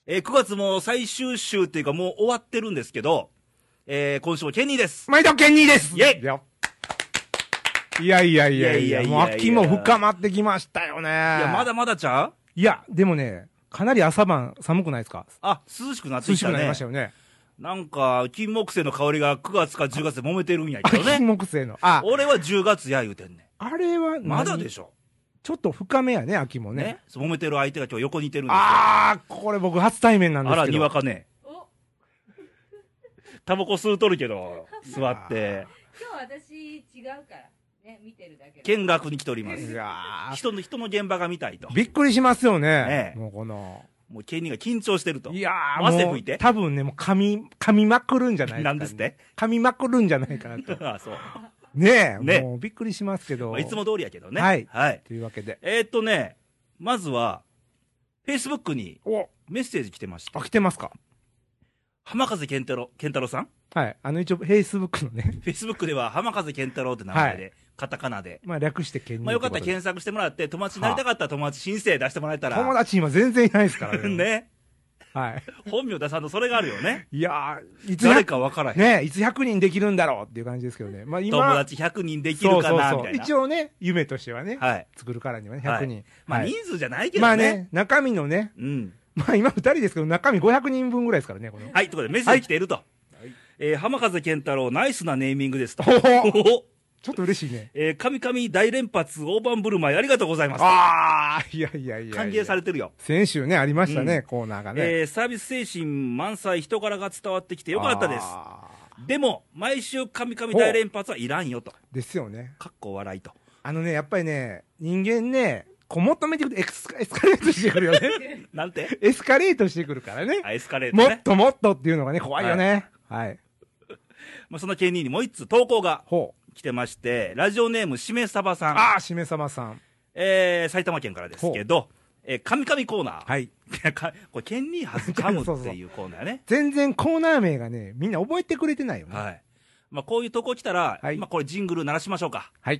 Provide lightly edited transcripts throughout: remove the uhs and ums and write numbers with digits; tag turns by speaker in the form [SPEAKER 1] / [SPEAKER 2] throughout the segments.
[SPEAKER 1] 9月も最終週っていうかもう終わってるんですけど、今週もケニーです。
[SPEAKER 2] 毎度ケニーです。
[SPEAKER 1] イェイ。
[SPEAKER 2] いや、もう秋も深まってきましたよね。い
[SPEAKER 1] や、まだまだちゃう？
[SPEAKER 2] いや、でもね、かなり朝晩寒くないですか？
[SPEAKER 1] あ、涼しくなってきたね。
[SPEAKER 2] 涼しくなりましたよね。
[SPEAKER 1] なんか、金木犀の香りが9月か10月で揉めてるんやけどね。
[SPEAKER 2] 金木犀の。
[SPEAKER 1] 俺は10月や言うてんねん。
[SPEAKER 2] あれは
[SPEAKER 1] まだでしょ。
[SPEAKER 2] ちょっと深めやね、秋もね。
[SPEAKER 1] 揉めてる相手が今日横にいてるんですよ。
[SPEAKER 2] これ僕初対面なんですけど。
[SPEAKER 1] あら、にわかね。タバコ吸うとるけど、座って。
[SPEAKER 3] 今日私違うからね、見てるだけ。
[SPEAKER 1] 見学に来ております。人の現場が見たいと。
[SPEAKER 2] びっくりしますよね。も
[SPEAKER 1] うケニーが緊張してると。
[SPEAKER 2] いや
[SPEAKER 1] ー、汗拭いて。
[SPEAKER 2] 多分ね、もう噛みまくるんじゃないかな。
[SPEAKER 1] なんですって？
[SPEAKER 2] 噛みまくるんじゃないかなと。
[SPEAKER 1] あ、そう。
[SPEAKER 2] ねえ、もうびっくりしますけど。
[SPEAKER 1] いつも通りやけどね。
[SPEAKER 2] はい。というわけで。
[SPEAKER 1] まずは、Facebook にメッセージ来てました。
[SPEAKER 2] 来てますか？
[SPEAKER 1] 浜風健太郎さん？
[SPEAKER 2] はい。一応、Facebook のね。
[SPEAKER 1] Facebook では浜風健太郎って名前で、カタカナで。
[SPEAKER 2] 略してケニー。
[SPEAKER 1] よかったら検索してもらって、友達になりたかったら友達申請出してもらえたら。
[SPEAKER 2] 友達今全然いないですからね。
[SPEAKER 1] ね。
[SPEAKER 2] はい。
[SPEAKER 1] 本名出さんとそれがあるよね。
[SPEAKER 2] いや
[SPEAKER 1] ー、誰か分からへん。
[SPEAKER 2] ね、いつ100人できるんだろうっていう感じですけどね。今。
[SPEAKER 1] 友達100人できるかなみたいな。
[SPEAKER 2] 一応ね、夢としてはね。作るからにはね、100人。
[SPEAKER 1] 人数じゃないけどね。
[SPEAKER 2] 中身のね。今2人ですけど、中身500人分ぐらいですからね、この。
[SPEAKER 1] はい、ということでメッセージ来ていると。浜風健太郎、ナイスなネーミングですと。
[SPEAKER 2] ちょっと嬉しいね。
[SPEAKER 1] 神々大連発、大盤振る舞いありがとうございます。
[SPEAKER 2] いや。
[SPEAKER 1] 歓迎されてるよ。
[SPEAKER 2] 先週ね、ありましたね、コーナーがね。
[SPEAKER 1] サービス精神満載、人柄が伝わってきてよかったです。でも、毎週神々大連発はいらんよと。
[SPEAKER 2] ですよね。
[SPEAKER 1] かっこ笑いと。
[SPEAKER 2] やっぱりね、人間ね、求めてくるとエスカレートしてくるよね。
[SPEAKER 1] なんて？
[SPEAKER 2] エスカレートしてくるからね。
[SPEAKER 1] エスカレートね。
[SPEAKER 2] もっともっとっていうのがね、怖いよね。はい。
[SPEAKER 1] そのケニーにもう一つ投稿が来てまして、ラジオネームしめさばさん。
[SPEAKER 2] しめさばさん。
[SPEAKER 1] 埼玉県からですけど、神々コーナー。
[SPEAKER 2] はい。
[SPEAKER 1] これケニーはずかむっていうコーナーね。
[SPEAKER 2] 全然コーナー名がね、みんな覚えてくれてないよね。
[SPEAKER 1] はい。こういう投稿来たら、これジングル鳴らしましょうか。
[SPEAKER 2] はい。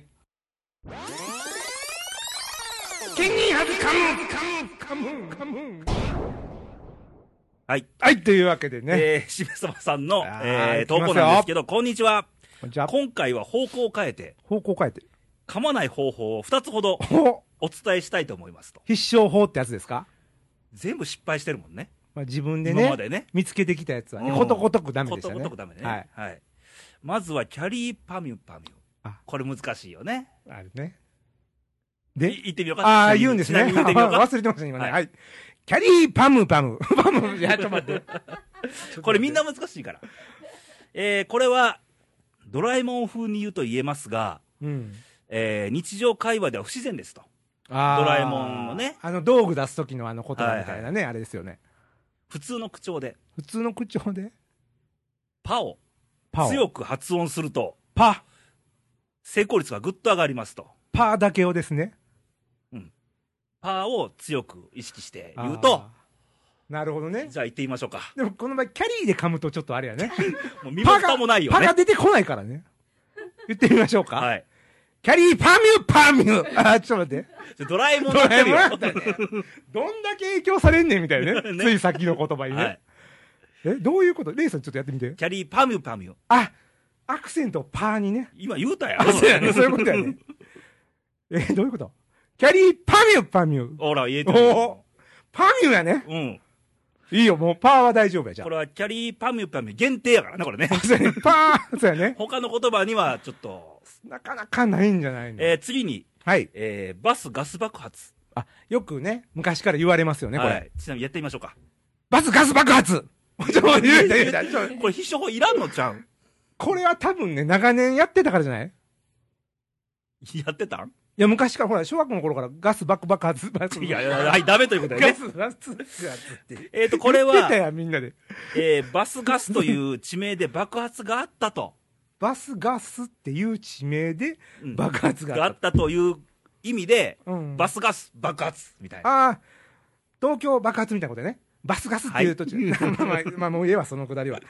[SPEAKER 2] ケニーはずかむはい。というわけでね。
[SPEAKER 1] しめさばさんの、投稿なんですけど、こんにちは。今回は方向を変えて。噛まない方法を2つほどお伝えしたいと思いますと。
[SPEAKER 2] 必勝法ってやつですか？
[SPEAKER 1] 全部失敗してるもんね。
[SPEAKER 2] 自分でね。今までね。見つけてきたやつはね。ことごとくダメでしたね。
[SPEAKER 1] ことごとくダメね。はい。まずはキャリーパミュパミュ。これ難しいよね。
[SPEAKER 2] あるね。
[SPEAKER 1] で、言ってみようか。
[SPEAKER 2] 言うんですね。忘れてました、今ね。はい。キャリーパムパム。パム。いや、ちょっと待って。
[SPEAKER 1] これみんな難しいから。これは、ドラえもん風に言うと言えますが、日常会話では不自然ですと。ドラえもんのね。
[SPEAKER 2] 道具出す時の言葉みたいなね、あれですよね。
[SPEAKER 1] 普通の口調で。パを強く発音すると、成功率がぐっと上がりますと。
[SPEAKER 2] パーだけをですね。
[SPEAKER 1] パーを強く意識して言うと。
[SPEAKER 2] なるほどね。
[SPEAKER 1] じゃあ言ってみましょうか。
[SPEAKER 2] でもこの場合、キャリーで噛むとちょっとあれやね。
[SPEAKER 1] もう身も蓋もないよね。
[SPEAKER 2] パが出てこないからね。言ってみましょうか。
[SPEAKER 1] はい。
[SPEAKER 2] キャリーパミュちょっと待って。
[SPEAKER 1] ドラえもんだってるよ。
[SPEAKER 2] どんだけ影響されんねんみたいなね。ついさっきの言葉にね。どういうこと？レイさんちょっとやってみて。
[SPEAKER 1] キャリーパミュパミュ。
[SPEAKER 2] アクセントパーにね。
[SPEAKER 1] 今言うたやん。
[SPEAKER 2] そういうことやね。どういうこと？キャリーパミュ。
[SPEAKER 1] ほら、言えてる。
[SPEAKER 2] パミュやね。いいよ、もうパーは大丈夫や、じゃあ。
[SPEAKER 1] これはキャリーパミュ限定やからね、これね。
[SPEAKER 2] そうやね。そうやね。
[SPEAKER 1] 他の言葉にはちょっと。
[SPEAKER 2] なかなかないんじゃないの？
[SPEAKER 1] 次に。
[SPEAKER 2] はい。
[SPEAKER 1] バスガス爆発。
[SPEAKER 2] よくね、昔から言われますよね、これ。
[SPEAKER 1] ちなみにやってみましょうか。
[SPEAKER 2] バスガス爆発これ
[SPEAKER 1] 必勝法いらんのちゃう？
[SPEAKER 2] これは多分ね、長年やってたからじゃない？
[SPEAKER 1] やってたん？
[SPEAKER 2] いや、昔からほら、小学校の頃からガス爆発。
[SPEAKER 1] いや、はい、ダメということだよね。
[SPEAKER 2] ガスって。
[SPEAKER 1] これは、
[SPEAKER 2] 言ってたやん、みんなで。
[SPEAKER 1] バスガスという地名で爆発があったと。
[SPEAKER 2] バスガスっていう地名で爆発が
[SPEAKER 1] あったという意味で、バスガス爆発みたい
[SPEAKER 2] な。東京爆発みたいなことね。バスガスっていう途中。もう言えばそのくだりは。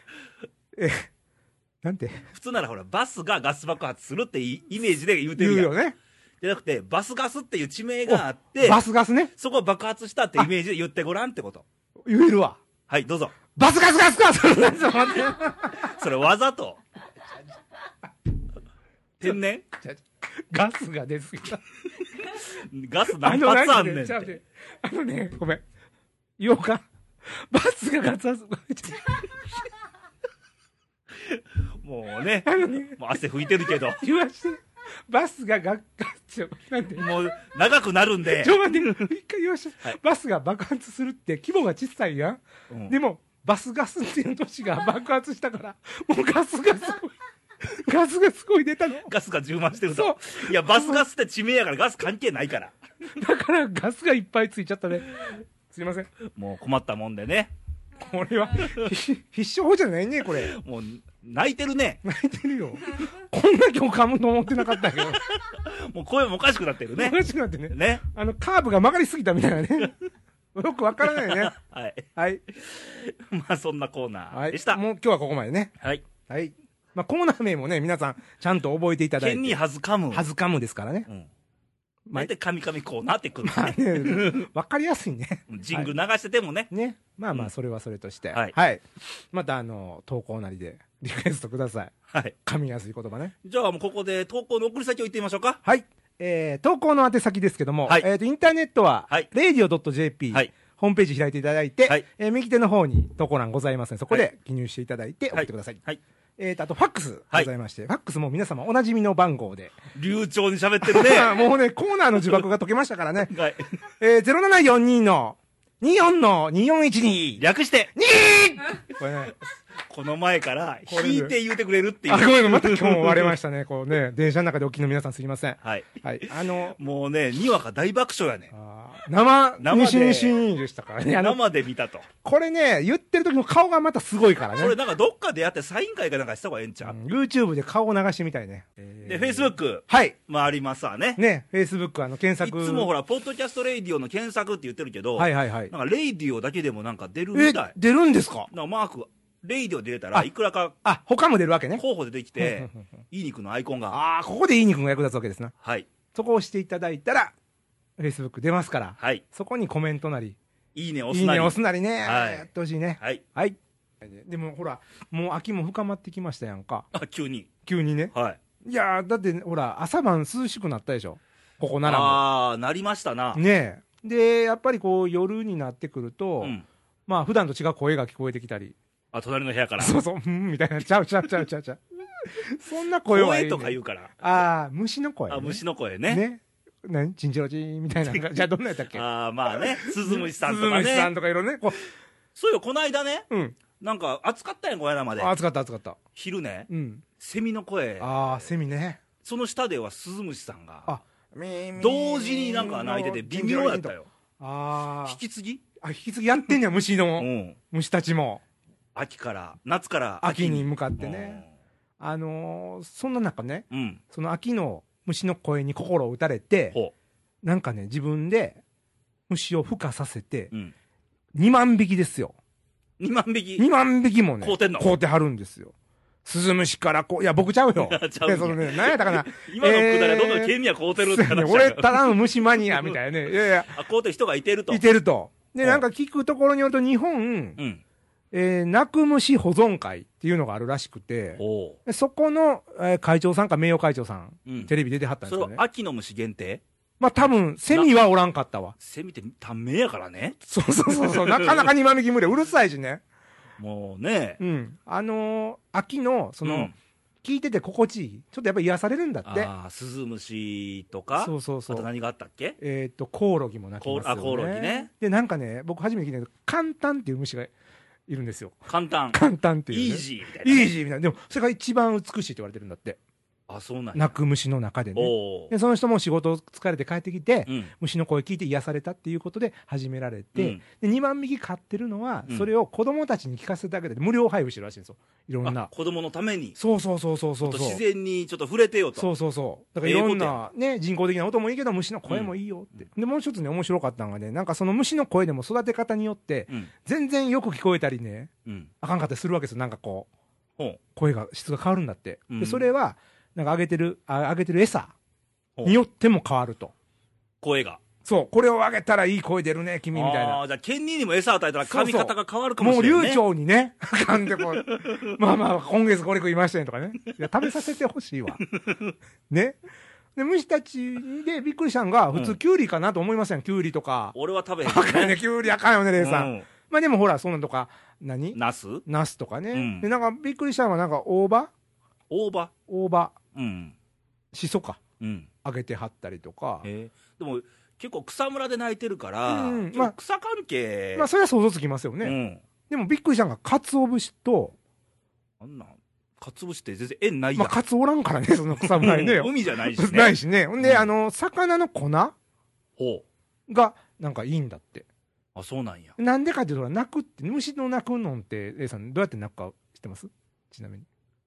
[SPEAKER 2] なんて。
[SPEAKER 1] 普通ならほら、バスがガス爆発するってイメージで言うてるやん。
[SPEAKER 2] 言うよね。
[SPEAKER 1] じゃなくて、バスガスっていう地名があって、
[SPEAKER 2] バスガスね。
[SPEAKER 1] そこ爆発したってイメージで言ってごらんってこと。
[SPEAKER 2] 言えるわ。
[SPEAKER 1] はい、どうぞ。
[SPEAKER 2] バスガスガスガス
[SPEAKER 1] それわざと。天然
[SPEAKER 2] ガスが出すぎた。
[SPEAKER 1] ガス何発あんねんって。
[SPEAKER 2] ごめん。言おうか。バスがガツガツ。
[SPEAKER 1] もうね、もう汗拭いてるけど。
[SPEAKER 2] 言わして。バスがガッガッ
[SPEAKER 1] なんでもう長くなるんで。
[SPEAKER 2] ちょ、待って、一回言わして、はい。バスが爆発するって規模が小さいやん。うん、でも、バスガスっていう都市が爆発したから、もうガスがすごい。ガスがすごい出たの。
[SPEAKER 1] ガスが充満してると。いや、バスガスって地名やからガス関係ないから。
[SPEAKER 2] だからガスがいっぱいついちゃったね。すいません。
[SPEAKER 1] もう困ったもんでね。
[SPEAKER 2] これは必勝法じゃないね、これ。
[SPEAKER 1] もう泣いてるね。
[SPEAKER 2] 泣いてるよ。こんな今日噛むと思ってなかったけど。
[SPEAKER 1] もう声もおかしくなってるね。
[SPEAKER 2] おかしくなってね。
[SPEAKER 1] ね。
[SPEAKER 2] カーブが曲がりすぎたみたいなね。よくわからないね。
[SPEAKER 1] はい。
[SPEAKER 2] はい。
[SPEAKER 1] まあそんなコーナーでした。
[SPEAKER 2] もう今日はここまでね。
[SPEAKER 1] はい。
[SPEAKER 2] はい。まあコーナー名もね、皆さんちゃんと覚えていただいて。
[SPEAKER 1] 剣にはずかむ。
[SPEAKER 2] はずかむですからね。
[SPEAKER 1] なんでカミカミコーナーってくる
[SPEAKER 2] のわかりやすいね。
[SPEAKER 1] ジングル流しててもね。
[SPEAKER 2] ね。まあまあ、それはそれとして。
[SPEAKER 1] はい。
[SPEAKER 2] また、投稿なりでリクエストください。
[SPEAKER 1] はい。
[SPEAKER 2] 噛みやすい言葉ね。
[SPEAKER 1] じゃあもうここで投稿の送り先を言ってみましょうか。
[SPEAKER 2] はい。投稿の宛先ですけども、インターネットは、radio.jp。はい。ホームページ開いていただいて、右手の方に投稿欄ございますので、そこで記入していただいて送ってください。はい。あと、ファックスございまして、ファックスも皆様おなじみの番号で。
[SPEAKER 1] 流暢に喋ってるね。
[SPEAKER 2] もうね、コーナーの呪縛が解けましたからね。はい。0742の24-2412。
[SPEAKER 1] 略して、
[SPEAKER 2] これね。
[SPEAKER 1] この前から、引いて言うてくれるっていう。
[SPEAKER 2] あ、ごめん、また今日も割れましたね。こうね、電車の中でお聞きの皆さんすいません。
[SPEAKER 1] はい。
[SPEAKER 2] はい。
[SPEAKER 1] もうね、にわか大爆笑やね。
[SPEAKER 2] 生でしたからね。
[SPEAKER 1] 生で見たと。
[SPEAKER 2] これね、言ってる時の顔がまたすごいからね。
[SPEAKER 1] これなんかどっかでやってサイン会かなんかした方がええんちゃう？
[SPEAKER 2] YouTube で顔を流してみたいね。
[SPEAKER 1] で、Facebook。
[SPEAKER 2] はい。
[SPEAKER 1] まあありますわね。
[SPEAKER 2] ね、Facebook 検索。
[SPEAKER 1] いつもほら、ポッドキャストレイディオの検索って言ってるけど、
[SPEAKER 2] はいはいはい。
[SPEAKER 1] なんかレイディオだけでもなんか出るみたい。
[SPEAKER 2] 出るんですか？
[SPEAKER 1] なんかマーク、レイディオで出たらいくらか。
[SPEAKER 2] 他も出るわけね。
[SPEAKER 1] 候補でできて、いい肉のアイコン
[SPEAKER 2] が。ここでいい肉が役立つわけですな。
[SPEAKER 1] はい。
[SPEAKER 2] そこを押していただいたら、Facebook 出ますから。
[SPEAKER 1] はい。
[SPEAKER 2] そこにコメントなり。
[SPEAKER 1] いいね押すなり。
[SPEAKER 2] いいね押すなりね。
[SPEAKER 1] はい。
[SPEAKER 2] やってほしいね。
[SPEAKER 1] はい。
[SPEAKER 2] はい。でもほら、もう秋も深まってきましたやんか。
[SPEAKER 1] 急に。
[SPEAKER 2] 急にね。
[SPEAKER 1] はい。
[SPEAKER 2] いやだってほら、朝晩涼しくなったでしょ。ここなら
[SPEAKER 1] も。なりましたな。
[SPEAKER 2] ねえ。で、やっぱりこう夜になってくると、まあ普段と違う声が聞こえてきたり。
[SPEAKER 1] 隣の部屋から。
[SPEAKER 2] そうそう、みたいな。ちゃう。そんな声は。
[SPEAKER 1] 声とか言うから。
[SPEAKER 2] 虫の声。
[SPEAKER 1] 虫の声ね。
[SPEAKER 2] ね。何チンチロチンみたいな。じゃあどんなやったっけ？
[SPEAKER 1] まあね。鈴虫さんとかね。
[SPEAKER 2] 鈴虫さんとかいろね。
[SPEAKER 1] そうよ、この間ね。なんか暑かったやん、この間まで。
[SPEAKER 2] 暑かった。
[SPEAKER 1] 昼ね。セミの声。
[SPEAKER 2] セミね。
[SPEAKER 1] その下では鈴虫さんが。
[SPEAKER 2] 同
[SPEAKER 1] 同時になんか鳴いてて微妙やったよ。引き継ぎ
[SPEAKER 2] やってんねや、虫たちも。
[SPEAKER 1] 夏から
[SPEAKER 2] 秋に向かってね。そんな中ね、その秋の虫の声に心を打たれて、なんかね、自分で虫を孵化させて、2万匹ですよ。
[SPEAKER 1] 2万匹
[SPEAKER 2] ?2 万匹もね、
[SPEAKER 1] 買う
[SPEAKER 2] てはるんですよ。スズムシからいや、僕ちゃうよ。何やったかな。
[SPEAKER 1] 今のくだりはどんどんケミは買うてるって話。
[SPEAKER 2] 俺、ただの虫マニアみたいなね。いやいや。
[SPEAKER 1] 買うてる人がいてると。
[SPEAKER 2] で、なんか聞くところによると、日本、鳴く虫保存会っていうのがあるらしくて、そこの会長さんか名誉会長さん、テレビ出てはったんですよね。
[SPEAKER 1] それ秋の虫限定？
[SPEAKER 2] まあ多分、セミはおらんかったわ。
[SPEAKER 1] セミって短命やからね。
[SPEAKER 2] そう。なかなか2万匹無理。うるさいしね。
[SPEAKER 1] もうね。
[SPEAKER 2] 秋の、聞いてて心地いい。ちょっとやっぱ癒されるんだって。
[SPEAKER 1] スズムシとか。
[SPEAKER 2] そう。あ
[SPEAKER 1] と何があったっけ？
[SPEAKER 2] コオロギも鳴きますよね。
[SPEAKER 1] コオロギね。
[SPEAKER 2] で、なんかね、僕初めて聞いたけど、カンタンっていう虫がいるんですよ。
[SPEAKER 1] カンタン
[SPEAKER 2] っていう。
[SPEAKER 1] イージーみたいな。
[SPEAKER 2] イージーみたいな。でも、それが一番美しいって言われてるんだって。
[SPEAKER 1] そうなんや。
[SPEAKER 2] 鳴く虫の中でね。で、その人も仕事疲れて帰ってきて、虫の声聞いて癒されたっていうことで始められて、で、2万匹飼ってるのは、それを子供たちに聞かせてあげて無料配布してるらしいんですよ。いろんな。
[SPEAKER 1] 子供のために。
[SPEAKER 2] そう。
[SPEAKER 1] 自然にちょっと触れてよと。
[SPEAKER 2] そう。だからいろんなね、人工的な音もいいけど、虫の声もいいよって。で、もう一つね、面白かったのがね、なんかその虫の声でも育て方によって、全然よく聞こえたりね、あかんかったりするわけですよ。なんかこう、声が、質が変わるんだって。で、それは、なんかあげてる餌によっても変わると。
[SPEAKER 1] 声が。
[SPEAKER 2] そう、これをあげたらいい声出るね、君みたいな。
[SPEAKER 1] じゃあ、ケンニーにも餌与えたら髪型が変わるかもしれない、ね。
[SPEAKER 2] もう流暢にね、噛んでこう、まあまあ、今月これ食いましたねとかね。いや、食べさせてほしいわ。ね。で、虫たちでびっくりしたんが、普通、キュウリかなと思いません、キュウリとか。
[SPEAKER 1] 俺は食べへん、
[SPEAKER 2] ね。あかんね、キュウリあかんよね、レイさん。まあでもほら、そんなんとか、ナスとかね。で、なんかびっくりしたのは、なんか大葉。うん。しそか。あげてはったりとか。
[SPEAKER 1] でも、結構草むらで鳴いてるから、まあ、草関係。
[SPEAKER 2] まあ、それは想像つきますよね。でもびっくりしたのが、鰹節と、
[SPEAKER 1] 鰹節って全然縁ないやん。
[SPEAKER 2] まあ、カツおらんからね、その草むらにね。
[SPEAKER 1] 海じゃないしね。
[SPEAKER 2] ないしね。ほんで、魚の粉が、なんかいいんだって。
[SPEAKER 1] あ、そうなんや。
[SPEAKER 2] なんでかっていうと、鳴くって、虫の鳴くのって、レイさん、どうやって鳴くか知ってます？ちなみに。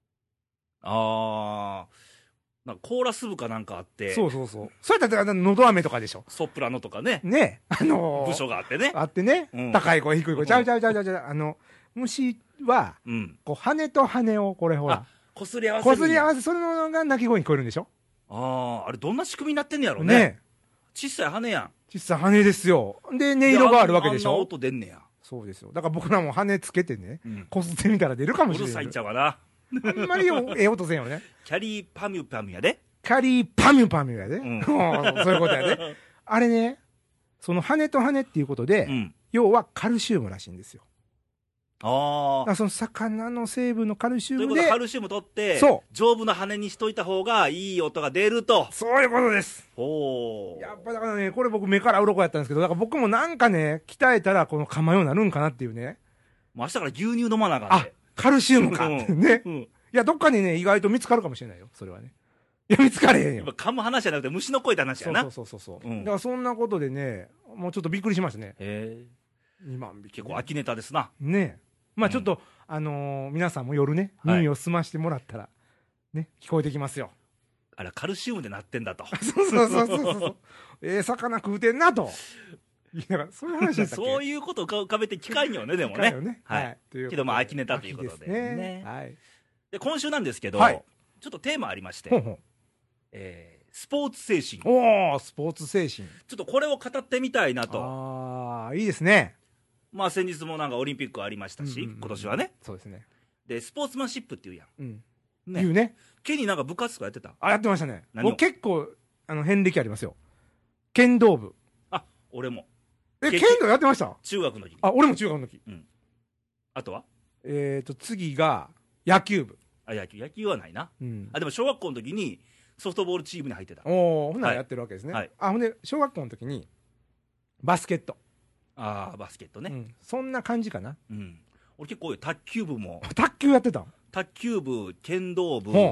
[SPEAKER 1] なんかコーラス部かなんかあって。
[SPEAKER 2] そう。それだってのど飴とかでしょ。
[SPEAKER 1] ソプラノとかね。
[SPEAKER 2] ね。
[SPEAKER 1] 部署があってね。
[SPEAKER 2] あってね。高い声、低い声。ちゃう。虫は、こう、羽と羽を、これほら。
[SPEAKER 1] こすり合わせ。
[SPEAKER 2] それのが鳴き声に聞こえるんでしょ。
[SPEAKER 1] あれどんな仕組みになってんねやろね。小さい羽やん。
[SPEAKER 2] 小さい羽ですよ。で、音色があるわけでしょ。
[SPEAKER 1] あんな音出んねや。
[SPEAKER 2] そうですよ。だから僕らも羽つけてね、こすってみたら出るかもしれない。
[SPEAKER 1] うるさいんちゃうかな。
[SPEAKER 2] あんまりええ音せんよね。
[SPEAKER 1] キャリーパミュパミュやで。
[SPEAKER 2] キャリーパミュパミュやで。そういうことやで。あれね、その羽と羽っていうことで、要はカルシウムらしいんですよ。その魚の成分のカルシウムで。ということは
[SPEAKER 1] カルシウム取って、丈夫な羽にしといた方がいい音が出ると。
[SPEAKER 2] そういうことです。やっぱだからね、これ僕目から鱗やったんですけど、だから僕もなんかね、鍛えたらこの構うようになるんかなっていうね。
[SPEAKER 1] もう明日から牛乳飲まなあかんね。
[SPEAKER 2] カルシウムかってね。いや、どっかにね、意外と見つかるかもしれないよ、それはね。いや、見つかれへんよ。
[SPEAKER 1] 噛む話じゃなくて虫の声って話やな。
[SPEAKER 2] そう。だからそんなことでね、もうちょっとびっくりしましたね。2万匹。
[SPEAKER 1] 結構秋ネタですな。
[SPEAKER 2] ね。まあちょっと、皆さんも夜ね、耳を澄ましてもらったら、ね、聞こえてきますよ。
[SPEAKER 1] あら、カルシウムでなってんだと。
[SPEAKER 2] そう。魚食うてんなと。いや、そういう話だったっけ。
[SPEAKER 1] そういうことを浮かべて機会よね、でもね。
[SPEAKER 2] はい。
[SPEAKER 1] けど、まあ、秋ネタということでね。
[SPEAKER 2] はい。
[SPEAKER 1] で、今週なんですけど、ちょっとテーマありまして、スポーツ精神。
[SPEAKER 2] スポーツ精神。ち
[SPEAKER 1] ょっとこれを語ってみたいなと。
[SPEAKER 2] いいですね。
[SPEAKER 1] まあ、先日もなんかオリンピックありましたし、今年はね。
[SPEAKER 2] そうですね。
[SPEAKER 1] で、スポーツマンシップっていうやん。
[SPEAKER 2] 言うね。
[SPEAKER 1] ケニーなんか部活とかやってた？
[SPEAKER 2] やってましたね。僕結構、遍歴ありますよ。剣道部。
[SPEAKER 1] 俺も。
[SPEAKER 2] 剣道やってました？
[SPEAKER 1] 中学の時。
[SPEAKER 2] 俺も中学の時。
[SPEAKER 1] あとは？
[SPEAKER 2] 次が、野球部。
[SPEAKER 1] 野球はないな。でも小学校の時にソフトボールチームに入ってた。
[SPEAKER 2] ほんならやってるわけですね。ほんで、小学校の時に、バスケット。
[SPEAKER 1] バスケットね。
[SPEAKER 2] そんな感じかな。
[SPEAKER 1] 俺結構卓球部も。
[SPEAKER 2] 卓球やってたん？
[SPEAKER 1] 卓球部、剣道部、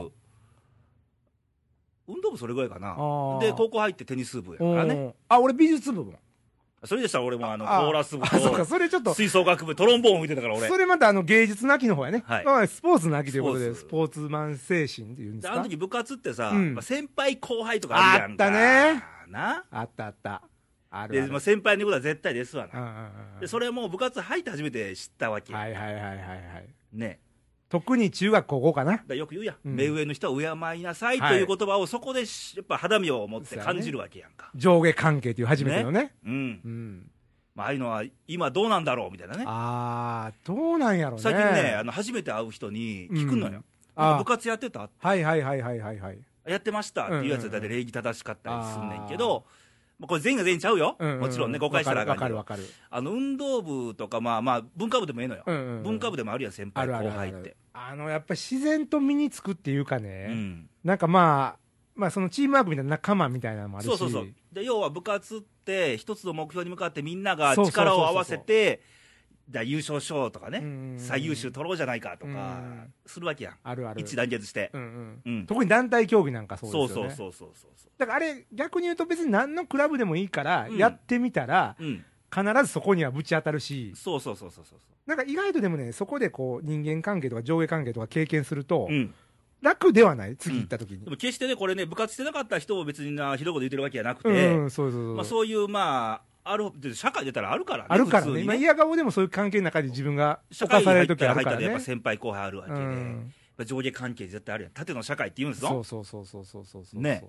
[SPEAKER 1] 運動部それぐらいかな。で、高校入ってテニス部やからね。
[SPEAKER 2] 俺美術部も。
[SPEAKER 1] それでしたら俺もコーラス部と、
[SPEAKER 2] そうか、それちょっと。
[SPEAKER 1] 吹奏楽部、トロンボーン吹いてたから俺。
[SPEAKER 2] それまた芸術の秋の方やね。スポーツの秋ということで、スポーツマン精神っていうんですか。
[SPEAKER 1] あの時部活ってさ、先輩後輩とかあるやんか。
[SPEAKER 2] あったね。
[SPEAKER 1] な。
[SPEAKER 2] あった。
[SPEAKER 1] で、先輩のことは絶対ですわな。で、それもう部活入って初めて知ったわけ。
[SPEAKER 2] はい。
[SPEAKER 1] ね。
[SPEAKER 2] 特に中学高校かな。
[SPEAKER 1] よく言うやん。目上の人は敬いなさいという言葉をそこでやっぱ肌身を持って感じるわけやんか。
[SPEAKER 2] 上下関係という初めてのね。
[SPEAKER 1] ああいうのは今どうなんだろうみたいなね。
[SPEAKER 2] どうなんやろうね。
[SPEAKER 1] 最近ね、初めて会う人に聞くのよ。部活やってた？
[SPEAKER 2] はい。
[SPEAKER 1] やってましたっていうやつだって礼儀正しかったりすんねんけど、これ全員が全員ちゃうよ。もちろんね、誤解したらあかんけど。
[SPEAKER 2] わかる。
[SPEAKER 1] 運動部とか、まあ、文化部でもええのよ。文化部でもあるやん、先輩後輩って。
[SPEAKER 2] やっぱり自然と身につくっていうかね、なんかまあ、そのチームワークみたいな仲間みたいなのもあるし。
[SPEAKER 1] そう。で、要は部活って一つの目標に向かってみんなが力を合わせて、優勝しようとかね、最優秀取ろうじゃないかとか、するわけやん。
[SPEAKER 2] ある。
[SPEAKER 1] 一致団結して。
[SPEAKER 2] 特に団体競技なんかそうですよね。
[SPEAKER 1] そう。
[SPEAKER 2] だからあれ、逆に言うと別に何のクラブでもいいから、やってみたら、必ずそこにはぶち当たるし。
[SPEAKER 1] そう。
[SPEAKER 2] なんか意外とでもね、そこでこう、人間関係とか上下関係とか経験すると、楽ではない？次行った時に。
[SPEAKER 1] でも決してね、これね、部活してなかった人を別にひどいこと言ってるわけじゃなくて、そういう、社会出たらあるからね。
[SPEAKER 2] あるからね。嫌顔でもそういう関係の中で自分が犯される時あるからね。
[SPEAKER 1] やっぱ先輩後輩あるわけで、上下関係絶対あるやん。縦の社会って言うんですよ。
[SPEAKER 2] そう。
[SPEAKER 1] ね。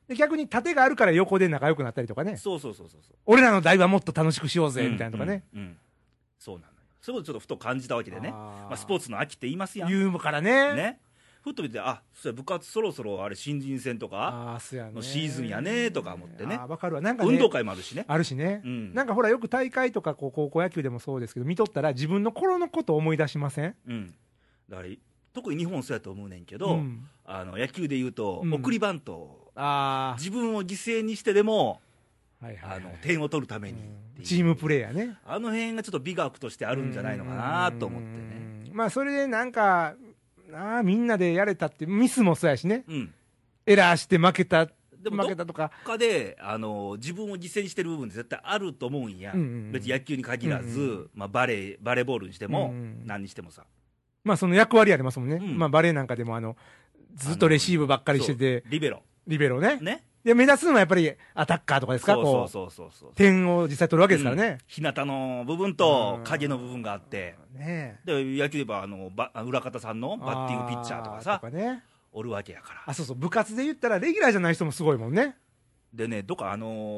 [SPEAKER 2] で逆に縦があるから横で仲良くなったりとかね。
[SPEAKER 1] そうそう。
[SPEAKER 2] 俺らの代はもっと楽しくしようぜ、みたいなとかね。
[SPEAKER 1] そうなのよ。そういうことちょっとふと感じたわけでね。スポーツの秋って言いますやん。
[SPEAKER 2] 言うからね。
[SPEAKER 1] ね。ふっと見て、そうや、部活そろそろあれ新人戦とかのシーズンやねとか思ってね。
[SPEAKER 2] わかるわ。なんかね、
[SPEAKER 1] 運動会もあるしね。
[SPEAKER 2] あるしね。なんかほら、よく大会とか高校野球でもそうですけど、見とったら自分の頃のことを思い出しません？
[SPEAKER 1] だから特に日本そうやと思うねんけど、野球でいうと、送りバント、自分を犠牲にしてでも、点を取るために
[SPEAKER 2] チームプレーやね。
[SPEAKER 1] あの辺がちょっと美学としてあるんじゃないのかなと思ってね。
[SPEAKER 2] まあそれでなんかみんなでやれたって、ミスもそうやしね、エラーして負けたとか。
[SPEAKER 1] どっかで自分を犠牲にしてる部分って絶対あると思うんや、別に野球に限らず、バレーボールにしても、何にしてもさ。
[SPEAKER 2] まあその役割ありますもんね。バレーなんかでもずっとレシーブばっかりしてて、
[SPEAKER 1] リベロ
[SPEAKER 2] ね。で目立つのはやっぱりアタッカーとかですか、点を実際取るわけですからね。
[SPEAKER 1] 日向の部分と影の部分があって、で野球で言えば裏方さんのバッティングピッチャーとかさ、おるわけやから。
[SPEAKER 2] そうそう、部活で言ったらレギュラーじゃない人もすごいもんね。
[SPEAKER 1] でね、どっか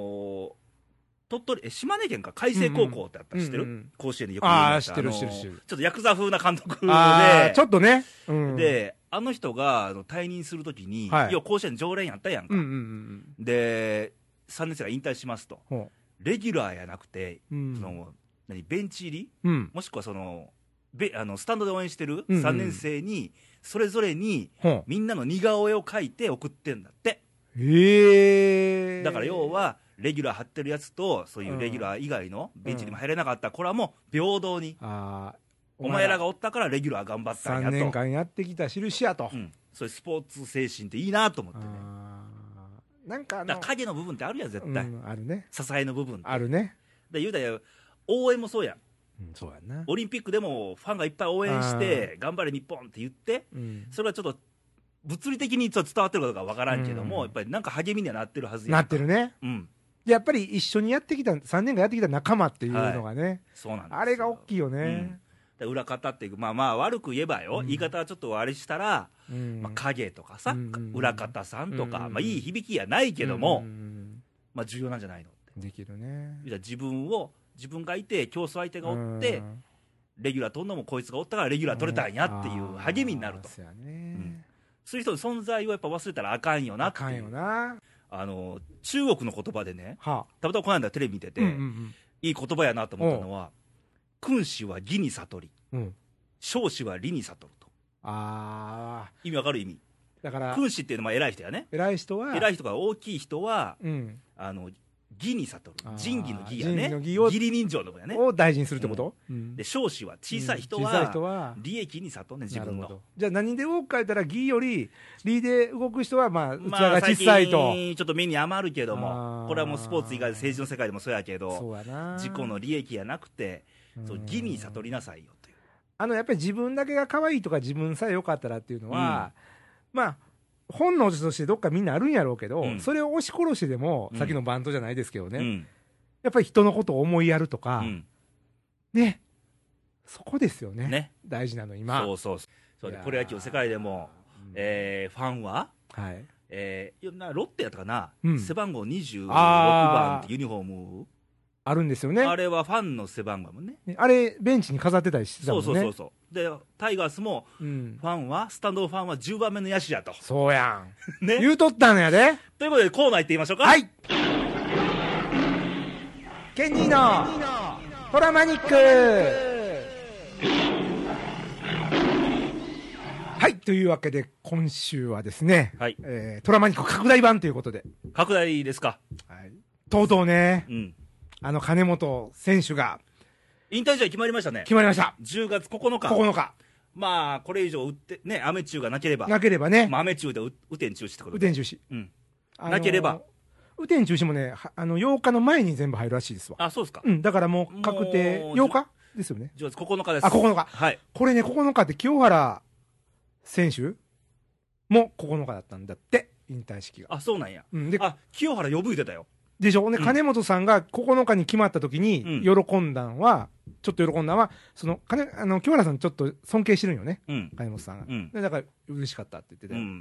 [SPEAKER 1] 島根県か海星高校ってあったら知ってる？甲子園でよく見ました。
[SPEAKER 2] 知ってる。
[SPEAKER 1] ちょっとヤクザ風な監督で、
[SPEAKER 2] ちょっとね。
[SPEAKER 1] で、あの人が退任するときに、要は甲子園常連やったやんか。で、3年生が引退しますと。レギュラーやなくて、ベンチ入り、もしくはスタンドで応援してる3年生に、それぞれにみんなの似顔絵を描いて送ってんだって。だから要は、レギュラー張ってるやつと、そういうレギュラー以外のベンチにも入れなかった子らも平等に、お前らがおったからレギュラー頑張ったんやと。
[SPEAKER 2] 3年間やってきた印やと。
[SPEAKER 1] そういうスポーツ精神っていいなと思ってね。
[SPEAKER 2] なんか
[SPEAKER 1] 影の部分ってあるやん、絶対。
[SPEAKER 2] あるね。
[SPEAKER 1] 支えの部分って。
[SPEAKER 2] あるね。
[SPEAKER 1] で、言うたら、応援もそうやん。
[SPEAKER 2] そうやな。
[SPEAKER 1] オリンピックでもファンがいっぱい応援して、頑張れ日本って言って、それはちょっと、物理的に伝わってるかどうかわからんけども、やっぱりなんか励みにはなってるはずやん。
[SPEAKER 2] なってるね。やっぱり一緒にやってきた、3年間やってきた仲間っていうのがね、
[SPEAKER 1] そうなんですよ。
[SPEAKER 2] あれが大きいよね。
[SPEAKER 1] 裏方っていう、悪く言えばよ、言い方はちょっとあれしたら、影とかさ、裏方さんとか、いい響きやないけども、重要なんじゃないのって。
[SPEAKER 2] できるね。
[SPEAKER 1] 自分がいて、競争相手がおって、レギュラー取るのもこいつがおったからレギュラー取れたんやっていう励みになると。そういう人の存在をやっぱ忘れたらあかんよなっていう。あかんよな。中国の言葉でね、たまたまこの間テレビ見てて、いい言葉やなと思ったのは、君子は義に悟り、将士は利に悟ると。意味わかる？意味。だから君子っていうのは偉い人やね。偉い人が大きい人は、義に悟る。仁義の義やね。義理人情のやね。
[SPEAKER 2] を大事にするってこと？
[SPEAKER 1] で、将士は小さい人は利益に悟るね、自分の。
[SPEAKER 2] じゃあ何で多く書いたら義より利で動く人は器が小さいと。
[SPEAKER 1] 最近ちょっと目に余るけども、これはもうスポーツ以外で政治の世界でもそうやけど、自己の利益やなくて、義に悟りなさいよという。
[SPEAKER 2] やっぱり自分だけが可愛いとか自分さえ良かったらっていうのは、本能としてどっかみんなあるんやろうけど、それを押し殺してでも、さっきのバントじゃないですけどね、やっぱり人のことを思いやるとか、ね、そこですよね、大事なの今。
[SPEAKER 1] そうプロ野球の世界でも、ファンは、ロッテやったかな、背番号26番ってユニフォーム
[SPEAKER 2] あるんですよね。
[SPEAKER 1] あれはファンの背番号もね。
[SPEAKER 2] あれ、ベンチに飾ってたりしてたもんね。
[SPEAKER 1] そうで、タイガースも、ファンは、スタンドファンは10番目の野手やと。
[SPEAKER 2] そうやん。ね。言うとったんやで。
[SPEAKER 1] ということで、コーナー行ってみましょうか。
[SPEAKER 2] はい。ケニーのトラマニック。はい。というわけで、今週はですね、トラマニック拡大版ということで。
[SPEAKER 1] 拡大ですか。
[SPEAKER 2] とうとうね、金本選手が、
[SPEAKER 1] 引退試合決まりましたね。
[SPEAKER 2] 決まりました。
[SPEAKER 1] 10月9日。
[SPEAKER 2] 9日。
[SPEAKER 1] これ以上打って、ね、雨中がなければ。
[SPEAKER 2] ね。
[SPEAKER 1] 雨中で雨天中止ってこと
[SPEAKER 2] で。雨天中止。
[SPEAKER 1] なければ。
[SPEAKER 2] 雨天中止もね、8日の前に全部入るらしいですわ。
[SPEAKER 1] そうですか。
[SPEAKER 2] だからもう確定、8日ですよね。
[SPEAKER 1] 10月9日です。
[SPEAKER 2] 9日。
[SPEAKER 1] はい。
[SPEAKER 2] これね、9日って清原選手も9日だったんだって、引退式が。
[SPEAKER 1] そうなんや。清原呼ぶ言ってたよ。
[SPEAKER 2] でしょ。金本さんが9日に決まった時に、喜んだんは、清原さんちょっと尊敬してるんよね。金本さんが。だから嬉しかったって言ってたよ。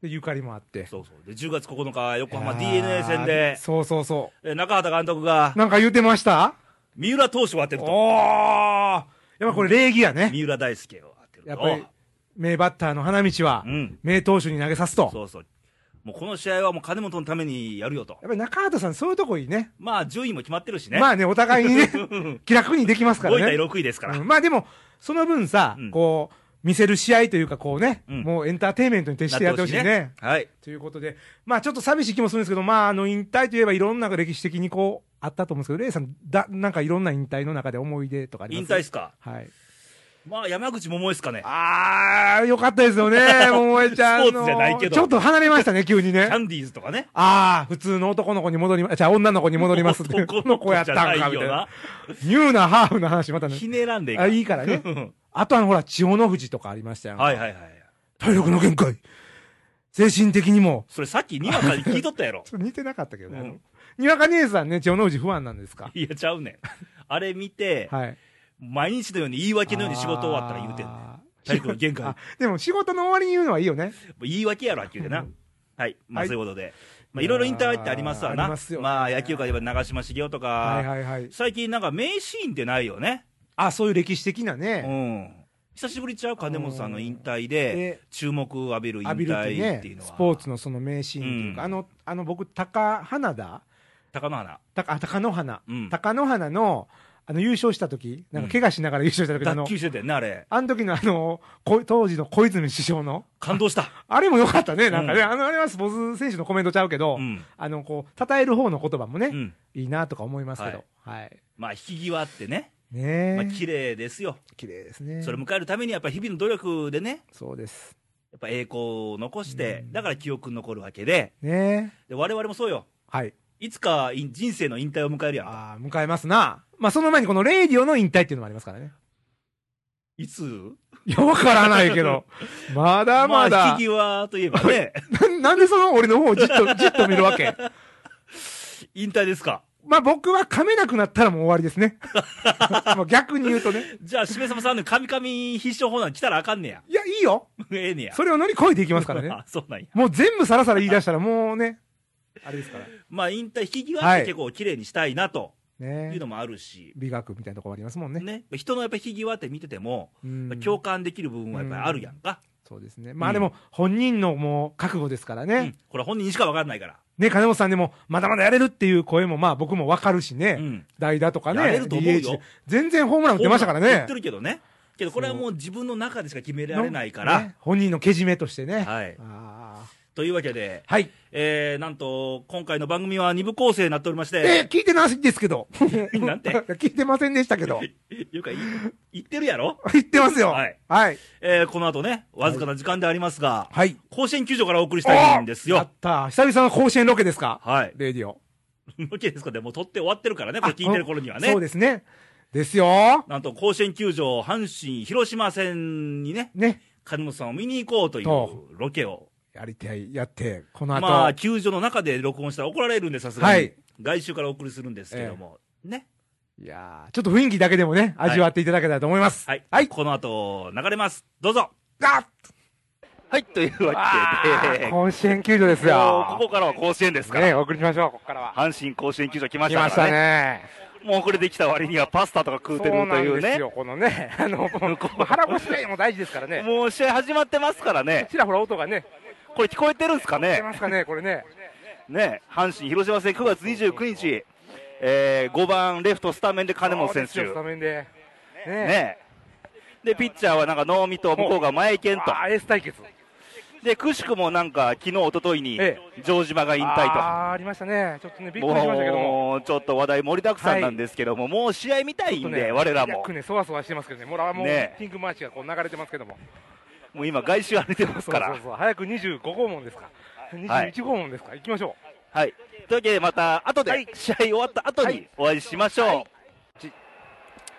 [SPEAKER 2] でゆかりもあって。
[SPEAKER 1] そうそう。で、10月9日、横浜 DNA 戦で、
[SPEAKER 2] そうそうそう。
[SPEAKER 1] 中畑監督が、
[SPEAKER 2] なんか言うてました？
[SPEAKER 1] 三浦投手を当てると。
[SPEAKER 2] おー。やっぱこれ礼儀やね。
[SPEAKER 1] 三浦大輔を当てると。
[SPEAKER 2] やっぱり、名バッターの花道は、名投手に投げさすと。
[SPEAKER 1] そうそう。もうこの試合はもう金本のためにやるよと。
[SPEAKER 2] やっぱり中畑さん、そういうとこいいね。
[SPEAKER 1] まあ、順位も決まってるしね。
[SPEAKER 2] まあね、お互いにね、気楽にできますからね。
[SPEAKER 1] 5位対6位ですから。
[SPEAKER 2] まあでも、その分さ、こう、見せる試合というか、こうね、もうエンターテインメントに徹してやってほしいね。
[SPEAKER 1] はい。
[SPEAKER 2] ということで、まあちょっと寂しい気もするんですけど、まあ引退といえばいろんな歴史的にこう、あったと思うんですけど、レイさん、なんかいろんな引退の中で思い出とかあります？
[SPEAKER 1] 引退っすか？
[SPEAKER 2] はい。
[SPEAKER 1] まあ、山口百恵っすかね。
[SPEAKER 2] よかったですよね、百恵ちゃんの。
[SPEAKER 1] スポーツじゃないけど。
[SPEAKER 2] ちょっと離れましたね、急にね。
[SPEAKER 1] キャンディーズとかね。
[SPEAKER 2] 普通の男の子に戻り女の子に戻りますって。男の子やったんか、みたいな。ニューなハーフの話またね。
[SPEAKER 1] ひねらんでいいから。
[SPEAKER 2] いいからね。あとほら、千代の富士とかありましたよ。
[SPEAKER 1] はいはいはい。
[SPEAKER 2] 体力の限界。精神的にも。
[SPEAKER 1] それさっきにわかに聞いとったやろ。
[SPEAKER 2] 似てなかったけどね。にわか姉さんね、千代の富士不安なんですか？
[SPEAKER 1] いや、ちゃうねん。あれ見て、
[SPEAKER 2] はい。
[SPEAKER 1] 毎日のように言い訳のように仕事終わったら言うてんねん。体力の限界。
[SPEAKER 2] でも仕事の終わりに言うのはいいよね。
[SPEAKER 1] 言い訳やろ、言うてな。はい。まあそういうことで。まあいろいろ引退ってありますわな。まあ野球界で言えば長嶋茂雄とか。
[SPEAKER 2] はいはいはい。
[SPEAKER 1] 最近なんか名シーンってないよね。
[SPEAKER 2] そういう歴史的なね。
[SPEAKER 1] 久しぶりちゃう金本さんの引退で、注目を浴びる引退っていうのは。
[SPEAKER 2] スポーツのその名シーンっていうか、僕、貴乃花。貴乃花の、優勝した時、なんか怪我しながら優勝した時
[SPEAKER 1] 脱臼してたよね、あれ。
[SPEAKER 2] あの時の当時の小泉首相の。
[SPEAKER 1] 感動した。
[SPEAKER 2] あれも良かったね、なんかね。あれはスポーツ選手のコメントちゃうけど、こう、称える方の言葉もね、いいなとか思いますけど。はい。
[SPEAKER 1] まあ、引き際ってね。
[SPEAKER 2] ね
[SPEAKER 1] まあ、綺麗ですよ。
[SPEAKER 2] 綺麗ですね。
[SPEAKER 1] それを迎えるためにやっぱ日々の努力でね。
[SPEAKER 2] そうです。
[SPEAKER 1] やっぱ栄光を残して、だから記憶に残るわけで。
[SPEAKER 2] ね
[SPEAKER 1] で、我々もそうよ。
[SPEAKER 2] はい。
[SPEAKER 1] いつか人生の引退を迎えるやんか。
[SPEAKER 2] 迎えますな。まあ、その前にこのレイディオの引退っていうのもありますからね。
[SPEAKER 1] いつ？
[SPEAKER 2] いや、わからないけど。まだまだ。
[SPEAKER 1] 引き際といえばね。
[SPEAKER 2] なんでその俺の方をじっと見るわけ？
[SPEAKER 1] 引退ですか？
[SPEAKER 2] まあ僕は噛めなくなったらもう終わりですね。もう逆に言うとね。
[SPEAKER 1] じゃあ、しめさまさんの神々必勝法なん来たらあかんねや。
[SPEAKER 2] いや、いいよ。
[SPEAKER 1] ええねや。
[SPEAKER 2] それを乗り越えていきますからね。
[SPEAKER 1] そうなんや。
[SPEAKER 2] もう全部さらさら言い出したらもうね、あれですから。
[SPEAKER 1] まあ、引退、引き際って結構綺麗にしたいなと。いうのもあるし。
[SPEAKER 2] 美学みたいなところありますもんね。
[SPEAKER 1] 人のやっぱ引き際って見てても、共感できる部分はやっぱりあるやんか。
[SPEAKER 2] そうですね。まあでも、本人のもう覚悟ですからね。
[SPEAKER 1] これ本人にしか分からないから。
[SPEAKER 2] ね、金本さんでも、まだまだやれるっていう声も、まあ僕も分かるしね。代打とかね。
[SPEAKER 1] やれると思うよ。
[SPEAKER 2] 全然ホームラン打ってましたからね。
[SPEAKER 1] 言ってるけどね。けどこれはもう自分の中でしか決められないから。
[SPEAKER 2] 本人のけじめとしてね。
[SPEAKER 1] はい。というわけで、
[SPEAKER 2] はい。
[SPEAKER 1] なんと、今回の番組は2部構成になっておりまして。
[SPEAKER 2] 聞いてないですけど。
[SPEAKER 1] なんて
[SPEAKER 2] 聞いてませんでしたけど。
[SPEAKER 1] いうか、言ってるやろ？
[SPEAKER 2] 言ってますよ。はい。はい。
[SPEAKER 1] この後ね、わずかな時間でありますが、
[SPEAKER 2] はい。
[SPEAKER 1] 甲子園球場からお送りしたいんですよ。
[SPEAKER 2] やった。久々の甲子園ロケですか？
[SPEAKER 1] はい。
[SPEAKER 2] レディオ。
[SPEAKER 1] ロケですか？でも撮って終わってるからね、これ聞いてる頃にはね。
[SPEAKER 2] そうですね。ですよ。
[SPEAKER 1] なんと、甲子園球場、阪神、広島戦にね、金本さんを見に行こうというロケを。
[SPEAKER 2] やって、この後。
[SPEAKER 1] まあ、球場の中で録音したら怒られるんで、さすがに。はい。外周からお送りするんですけども。ね。
[SPEAKER 2] いやー、ちょっと雰囲気だけでもね、味わっていただけたらと思います。
[SPEAKER 1] はい。はい。この後、流れます。どうぞ。はい、というわけで。
[SPEAKER 2] 甲子園球場ですよ。
[SPEAKER 1] ここからは甲子園ですから。
[SPEAKER 2] ね、お送りしましょう、ここからは。
[SPEAKER 1] 阪神甲子園球場来ましたからね。来ましたね。もう遅れてきた割にはパスタとか食うてるというね。そうなんですよ、このね。腹ごしらえも大事ですからね。もう試合始まってますからね。ちらほら音がね。これ聞こえてるんですかね？聞こえますかね、これね。ね、阪神広島戦9月29日、5番レフトスタメンで金本選手。スタメンで。ね。で、ピッチャーはなんか能見と向こうが前健と。エース対決。で、くしくもなんか昨日一昨日に城島が引退と。ありましたね。ちょっとね、びっくりしましたけども。ちょっと話題盛りだくさんなんですけども、もう試合見たいんで、我らも。結構ね、そわそわしてますけどね。もうピンクマーチがこう流れてますけども。もう今外周歩いてますから。そう早く25号門ですか。21号門ですか。行きましょう。はい。というわけでまた後で試合終わった後にお会いしましょう。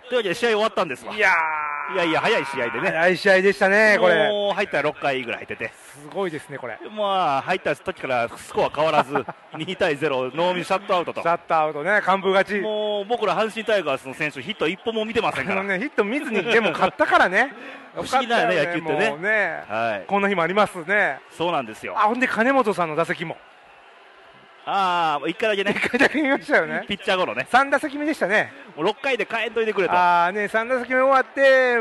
[SPEAKER 1] というわけで試合終わったんですわ。いや早い試合でね。
[SPEAKER 2] 早い試合でしたね、これ。
[SPEAKER 1] もう入ったら6回ぐらい入ってて。
[SPEAKER 2] すごいですね、これ。
[SPEAKER 1] まあ、入った時からスコア変わらず、2対0、ノーミシャットアウトと。
[SPEAKER 2] シャットアウトね、完封勝ち。
[SPEAKER 1] もう、僕ら阪神タイガースの選手、ヒット1本も見てませんから。
[SPEAKER 2] ヒット見ずに、でも勝ったからね。
[SPEAKER 1] 不思議だよね、野球ってね。
[SPEAKER 2] はい。こんな日もありますね。
[SPEAKER 1] そうなんですよ。
[SPEAKER 2] ほんで、金本さんの打席も。
[SPEAKER 1] 1回だけね。
[SPEAKER 2] 1回だけ見ましたよね。
[SPEAKER 1] ピッチャーゴロね。
[SPEAKER 2] 3打席目でしたね。
[SPEAKER 1] もう6回で帰んといてくれと。
[SPEAKER 2] 3打席目終わって、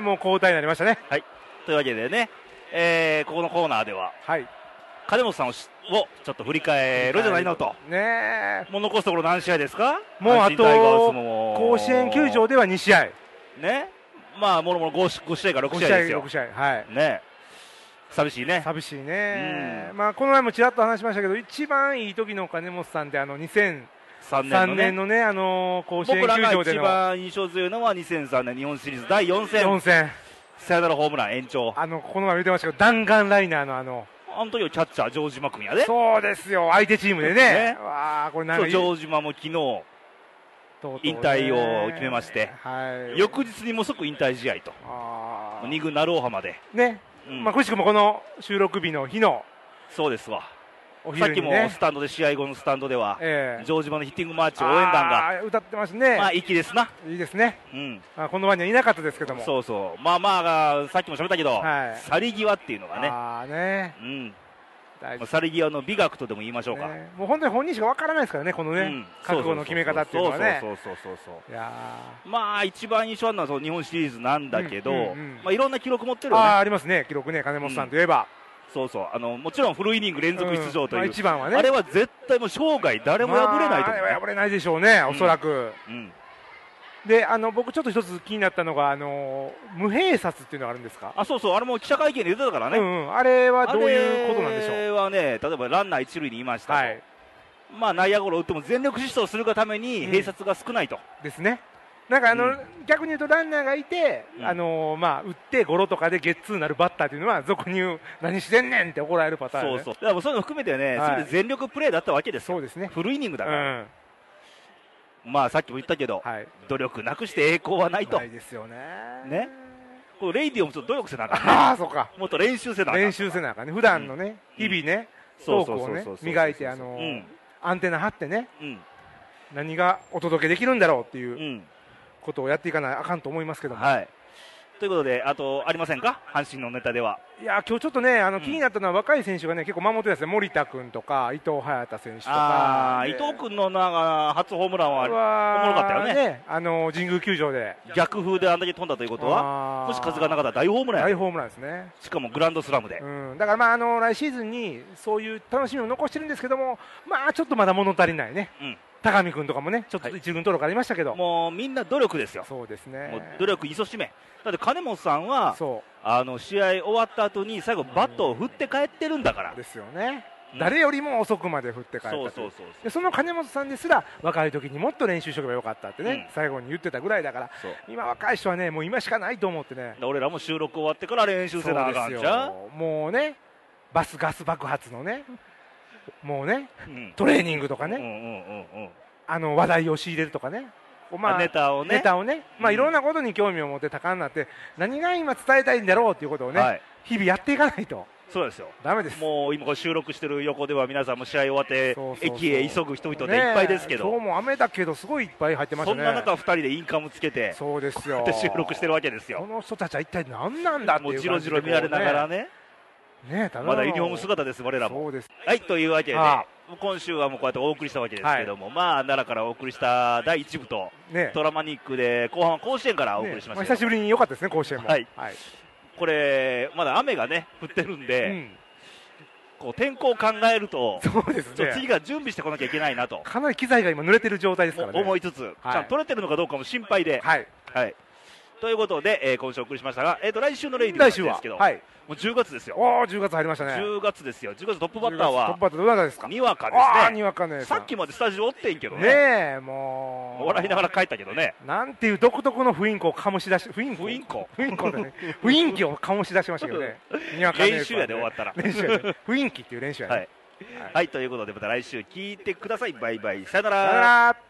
[SPEAKER 2] もう交代になりましたね。
[SPEAKER 1] はい。というわけでね、ここのコーナーでは、金本さんをちょっと振り返るじゃないのと。
[SPEAKER 2] ね
[SPEAKER 1] もう残すところ何試合ですか？
[SPEAKER 2] もうあと、甲子園球場では2試合。
[SPEAKER 1] ね。まあ、もろもろ5試合から6試合ですよ。
[SPEAKER 2] 6試合、はい。
[SPEAKER 1] ね。寂しいね。
[SPEAKER 2] 寂しいね。まあ、この前もちらっと話しましたけど、一番いい時の金本さんって、2003年のね、甲子園球場での。僕らが
[SPEAKER 1] 一番印象強いのは2003年日本シリーズ第4戦。サヨナラホームラン延長。
[SPEAKER 2] この前見てましたけど、弾丸ライナーの
[SPEAKER 1] あの時のキャッチャー、城島君やで。
[SPEAKER 2] そうですよ、相手チームでね。
[SPEAKER 1] これなんか城島も昨日、引退を決めまして、翌日にも即引退試合と。2軍鳴尾浜で。
[SPEAKER 2] ね。まあ、くしくもこの収録日の日の。
[SPEAKER 1] そうですわ。さっきもスタンドで、試合後のスタンドでは、城島のヒッティングマーチ応援団が。
[SPEAKER 2] 歌ってますね。
[SPEAKER 1] まあ、粋ですな。
[SPEAKER 2] いいですね。この場にはいなかったですけども。
[SPEAKER 1] そうそう。まあ、さっきも喋ったけど、去り際っていうのがね。去り際の美学とでも言いましょうか。
[SPEAKER 2] もう本当に本人しかわからないですからね、このね、覚悟の決め方っていうのはね。
[SPEAKER 1] そう。まあ、一番印象あるのは日本シリーズなんだけど、まあ、いろんな記録持ってるよね。
[SPEAKER 2] ありますね、記録ね、金本さんといえば。
[SPEAKER 1] そうそう、もちろんフルイニング連続出場という、
[SPEAKER 2] 一番はね、
[SPEAKER 1] あれは絶対もう生涯誰も破れないと思う。
[SPEAKER 2] 破れないでしょうね、おそらく。で、僕ちょっと一つ気になったのが、無併殺っていうのがあるんですか？
[SPEAKER 1] そうそう、あれも記者会見で言ってたからね。
[SPEAKER 2] あれはどういうことなんでしょう？
[SPEAKER 1] あれはね、例えばランナー一塁にいましたと。まあ内野ゴロを打っても全力疾走するがために併殺が少ないと。
[SPEAKER 2] ですね。なんか逆に言うとランナーがいて、まあ打ってゴロとかでゲッツーになるバッターというのは俗に言う何してんねんって怒られるパターン。
[SPEAKER 1] そう。だからそういうの含めてね、それで全力プレーだったわけですよ。
[SPEAKER 2] そうですね。
[SPEAKER 1] フルイニングだから。まあさっきも言ったけど、努力なくして栄光はないと。
[SPEAKER 2] ないですよね。
[SPEAKER 1] ね。これレイディオもちょっと努力せなあかんね。
[SPEAKER 2] そうか。
[SPEAKER 1] もっと練習せなあかん。
[SPEAKER 2] 練習せなあかんね。普段のね、日々ね、トークをね磨いてアンテナ張ってね、何がお届けできるんだろうっていうことをやっていかないあかんと思いますけども。
[SPEAKER 1] ということで、あとありませんか、阪神のネタでは。
[SPEAKER 2] いや、今日ちょっとね、気になったのは若い選手がね、結構守ってたんですね、森田君とか、伊藤隼太選手とか。
[SPEAKER 1] 伊藤君の初ホームランはおもろかったよね。
[SPEAKER 2] 神宮球場で。
[SPEAKER 1] 逆風であんだけ飛んだということは、もし風がなかったら大ホームラン。
[SPEAKER 2] 大ホームランですね。
[SPEAKER 1] しかもグランドスラムで。
[SPEAKER 2] だからまあ、来シーズンにそういう楽しみを残してるんですけども、まあ、ちょっとまだ物足りないね。高見君とかもね、ちょっと一軍登録ありましたけど、
[SPEAKER 1] もうみんな努力ですよ。
[SPEAKER 2] そうですね。
[SPEAKER 1] もう努力勤しめ。だって金本さんは試合終わった後に最後バットを振って帰ってるんだから。
[SPEAKER 2] ですよね。誰よりも遅くまで振って帰った。その金本さんですら若い時にもっと練習しとけばよかったってね、最後に言ってたぐらいだから、今若い人はね、もう今しかないと思ってね。
[SPEAKER 1] 俺らも収録終わってから練習せなあかんじゃん。
[SPEAKER 2] もうね、ガス爆発のね、もうね、トレーニングとかね、話題を仕入れるとかね、
[SPEAKER 1] ネタを
[SPEAKER 2] ね、まあいろんなことに興味を持って高になって、何が今伝えたいんだろうということをね、日々やっていかないと。
[SPEAKER 1] そうですよ。
[SPEAKER 2] ダメです。
[SPEAKER 1] もう今収録してる横では皆さんも試合終わって駅へ急ぐ人々でいっぱいですけど、
[SPEAKER 2] 今日も雨だけどすごいいっぱい入ってますね。
[SPEAKER 1] そんな中2人でインカムつけて、
[SPEAKER 2] そうですよ。
[SPEAKER 1] 収録してるわけですよ。
[SPEAKER 2] この人たちは一体何なんだっていう感じで、
[SPEAKER 1] もうじろじろ見られながらね。まだユニフォーム姿です、我らも。はい、というわけで、今週はもうこうやってお送りしたわけですけども、まあ奈良からお送りした第1部と、トラマニックで後半は甲子園からお送りしました。
[SPEAKER 2] 久しぶりに良かったですね、甲子園も。
[SPEAKER 1] これまだ雨がね降ってるんで、こう天候を考えると、次から準備してこなきゃいけないなと。
[SPEAKER 2] かなり機材が今濡れてる状態ですからね。
[SPEAKER 1] 思いつつ、ちゃんと取れてるのかどうかも心配で。ということで、今週お送りしましたが、来週のレイディーですけど、もう10月ですよ。
[SPEAKER 2] 10月入りましたね。
[SPEAKER 1] 10月ですよ。10月トップバッターは
[SPEAKER 2] どなたですか？
[SPEAKER 1] にわかですね。
[SPEAKER 2] にわかね。
[SPEAKER 1] さっきまでスタジオおってんけどね。
[SPEAKER 2] もう
[SPEAKER 1] 笑いながら帰ったけどね。
[SPEAKER 2] なんていう独特の雰囲気を醸し出し、雰囲気を醸し出しましたけどね。
[SPEAKER 1] 練習やで終わったら。
[SPEAKER 2] 雰囲気っていう練習やね。
[SPEAKER 1] はい、ということでまた来週聞いてください。バイバイ。さよなら。